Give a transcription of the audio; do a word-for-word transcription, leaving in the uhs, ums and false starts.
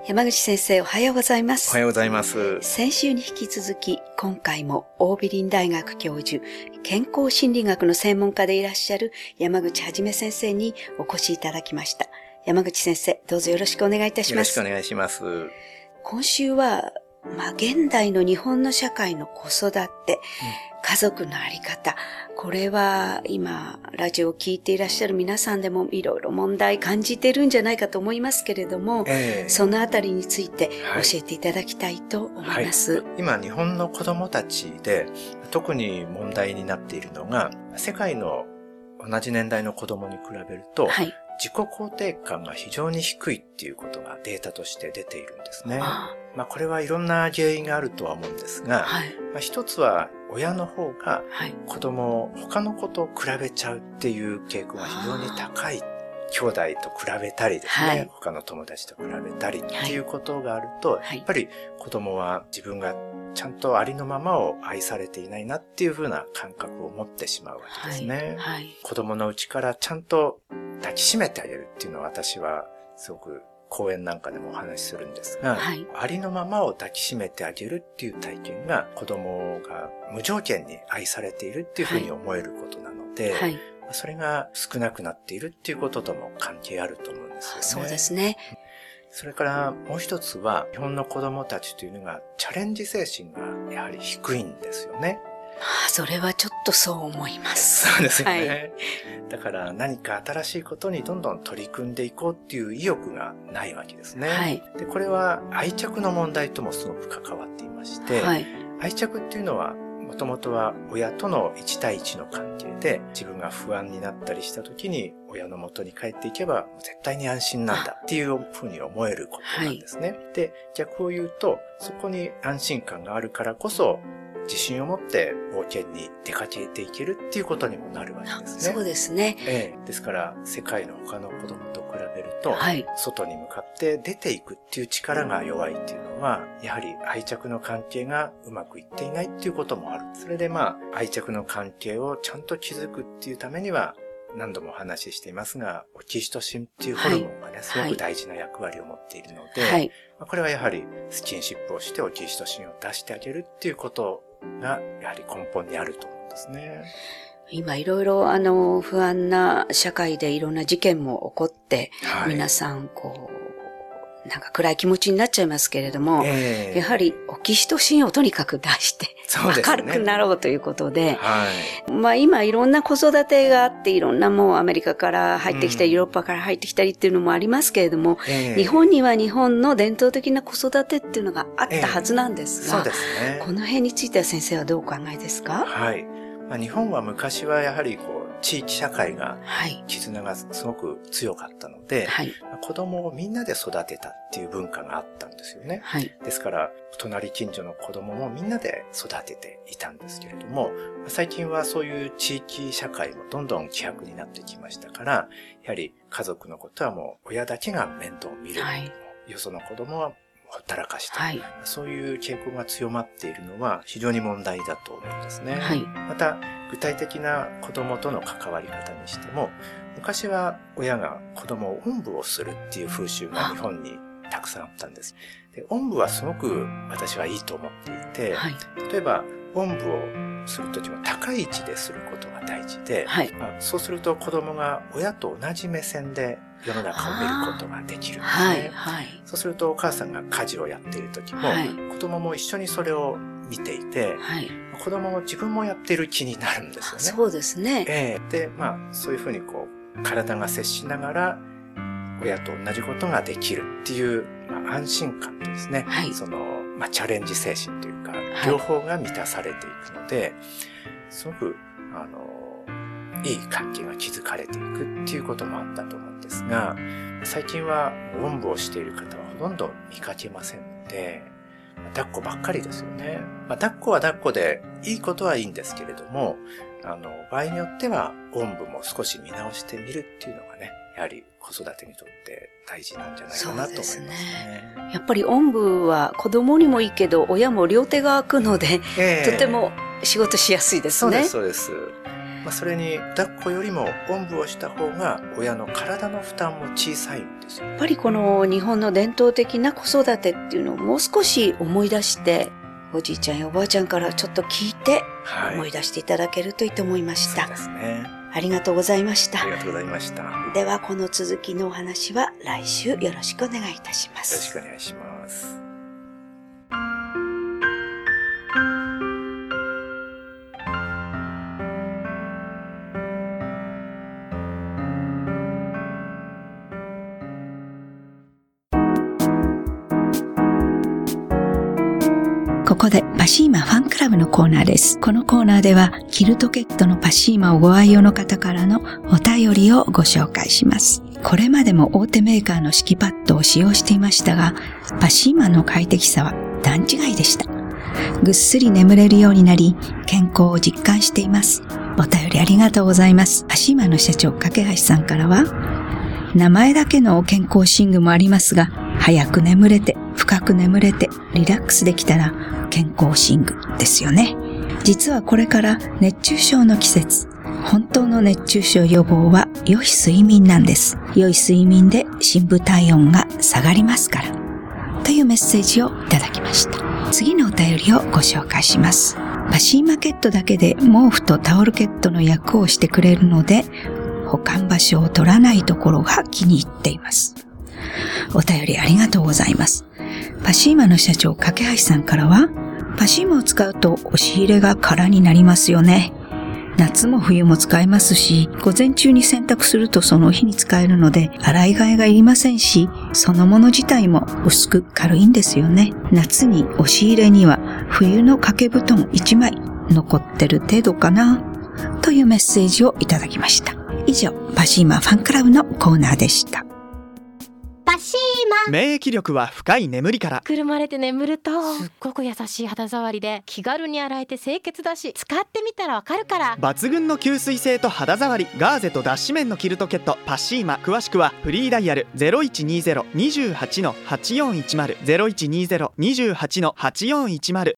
山口先生、おはようございます。 おはようございます。 先週に引き続き、今回も桜美林大学教授、健康心理学の専門家でいらっしゃる山口一先生にお越しいただきました。山口先生、どうぞよろしくお願いいたします。 よろしくお願いします。 今週は、まあ、現代の日本の社会の子育て、うん、家族のあり方、これは今ラジオを聞いていらっしゃる皆さんでもいろいろ問題感じてるんじゃないかと思いますけれども、えー、そのあたりについて教えていただきたいと思います、はいはい、 今日本の子どもたちで特に問題になっているのが、世界の同じ年代の子どもに比べると、はい、自己肯定感が非常に低いっていうことがデータとして出ているんですね。あまあ、これはいろんな原因があるとは思うんですが、はい、まあ、一つは親の方が子供を他の子と比べちゃうっていう傾向が非常に高い。兄弟と比べたりですね、はい、他の友達と比べたりっていうことがあると、はい、やっぱり子供は自分がちゃんとありのままを愛されていないなっていう風な感覚を持ってしまうわけですね。はいはい、子供のうちからちゃんと抱きしめてあげるっていうのは私はすごく講演なんかでもお話しするんですが、はい、ありのままを抱きしめてあげるっていう体験が子供が無条件に愛されているっていう風に思えることなので、はいはい、それが少なくなっているっていうこととも関係あると思うんですよね。 そうですね。 それからもう一つは、日本の子供たちというのがチャレンジ精神がやはり低いんですよね。 まあ、それはちょっとそう思います。 そうですよね。はい、だから何か新しいことにどんどん取り組んでいこうっていう意欲がないわけですね。はい、で、これは愛着の問題ともすごく関わっていまして、はい、愛着っていうのはもともとは親とのいち対いちの関係で、自分が不安になったりした時に親の元に帰っていけば絶対に安心なんだっていうふうに思えることなんですね。はい、で、逆を言うと、そこに安心感があるからこそ自信を持って冒険に出かけていけるっていうことにもなるわけですね。 そうですね。 ええ、ですから世界の他の子供と比べると、はい、外に向かって出ていくっていう力が弱いっていうのは、やはり愛着の関係がうまくいっていないっていうこともある。それでまあ愛着の関係をちゃんと築くっていうためには、何度もお話ししていますが、オキシトシンっていうホルモンがね、はい、すごく大事な役割を持っているので、はい、これはやはりスキンシップをしてオキシトシンを出してあげるっていうことがやはり根本にあると思うんですね。 今いろいろあの不安な社会でいろんな事件も起こって、はい、皆さんこうなんか暗い気持ちになっちゃいますけれども、えー、やはりオキシトシンをとにかく出して明るくなろうということで、はい、まあ今いろんな子育てがあっていろんなもうアメリカから入ってきたり、うん、ヨーロッパから入ってきたりっていうのもありますけれども、えー、日本には日本の伝統的な子育てっていうのがあったはずなんですが、えー、そうですね、この辺については先生はどうお考えですか？ はい。まあ、日本は昔はやはりこう地域社会が絆がすごく強かったので、はい、子供をみんなで育てたっていう文化があったんですよね。はい、ですから隣近所の子供もみんなで育てていたんですけれども、最近はそういう地域社会もどんどん希薄になってきましたから、やはり家族のことはもう親だけが面倒を見る、はい、よその子供はほったらかして、はい、そういう傾向が強まっているのは非常に問題だと思うんですね。はい、また具体的な子供との関わり方にしても、昔は親が子供をおんぶをするっていう風習が日本にたくさんあったんです。で、おんぶはすごく私はいいと思っていて、はい、例えばおんぶをするときも高い位置ですることが大事で、はい、まあ、そうすると子供が親と同じ目線で世の中を見ることができるんですね。はいはい、そうするとお母さんが家事をやっているときも、はい、子供も一緒にそれを見ていて、はい、子供も自分もやっている気になるんですよね。 そうですね。 えー、で、まあそういうふうにこう体が接しながら親と同じことができるっていう、まあ、安心感とですね、はい、その、まあ、チャレンジ精神というか、両方が満たされていくので、はい、すごくあのいい関係が築かれていくっていうこともあったと思うんですが、最近はおんぶをしている方はほとんど見かけませんので、抱っこばっかりですよね。まあ、抱っこは抱っこでいいことはいいんですけれども、あの場合によってはおんぶも少し見直してみるっていうのがね、やはり子育てにとって大事なんじゃないかなと思いますね。そうですね。 やっぱりおんぶは子供にもいいけど親も両手が空くので、えー、とても仕事しやすいですね。 そうですそうです。 まあ、それに抱っこよりもおんぶをした方が親の体の負担も小さいんですよ。 やっぱりこの日本の伝統的な子育てっていうのをもう少し思い出して、おじいちゃんやおばあちゃんからちょっと聞いて思い出していただけるといいと思いました。 はい、そうですね。 ありがとうございました。 ありがとうございました。 ではこの続きのお話は来週よろしくお願いいたします。 よろしくお願いします。 ここでパシーマファンクラブのコーナーです。このコーナーではキルトケットのパシーマをご愛用の方からのお便りをご紹介します。これまでも大手メーカーの敷きパッドを使用していましたが、パシーマの快適さは段違いでした。ぐっすり眠れるようになり、健康を実感しています。お便りありがとうございます。パシーマの社長架橋さんからは、名前だけの健康寝具もありますが、早く眠れて、深く眠れて、リラックスできたら健康寝具ですよね。実はこれから熱中症の季節、本当の熱中症予防は良い睡眠なんです。良い睡眠で深部体温が下がりますから。というメッセージをいただきました。次のお便りをご紹介します。パシーマケットだけで毛布とタオルケットの役をしてくれるので、保管場所を取らないところが気に入っています。お便りありがとうございます。パシーマの社長架橋さんからは、パシーマを使うと押し入れが空になりますよね。夏も冬も使えますし、午前中に洗濯するとその日に使えるので洗い替えがいりませんし、そのもの自体も薄く軽いんですよね。夏に押し入れには冬の掛け布団いちまい残ってる程度かなというメッセージをいただきました。以上、パシーマファンクラブのコーナーでした。 パシーマ。 免疫力は深い眠りから。 くるまれて眠るとすっごく優しい肌触りで気軽に洗えて清潔だし、使ってみたらわかるから。 抜群の吸水性と肌触り、ガーゼと脱脂綿のキルトケットパシーマ。詳しくはフリーダイヤル ゼロいちにゼロ にじゅうはちのはちよんいちゼロ ゼロいちにゼロ にじゅうはちのはちよんいちゼロ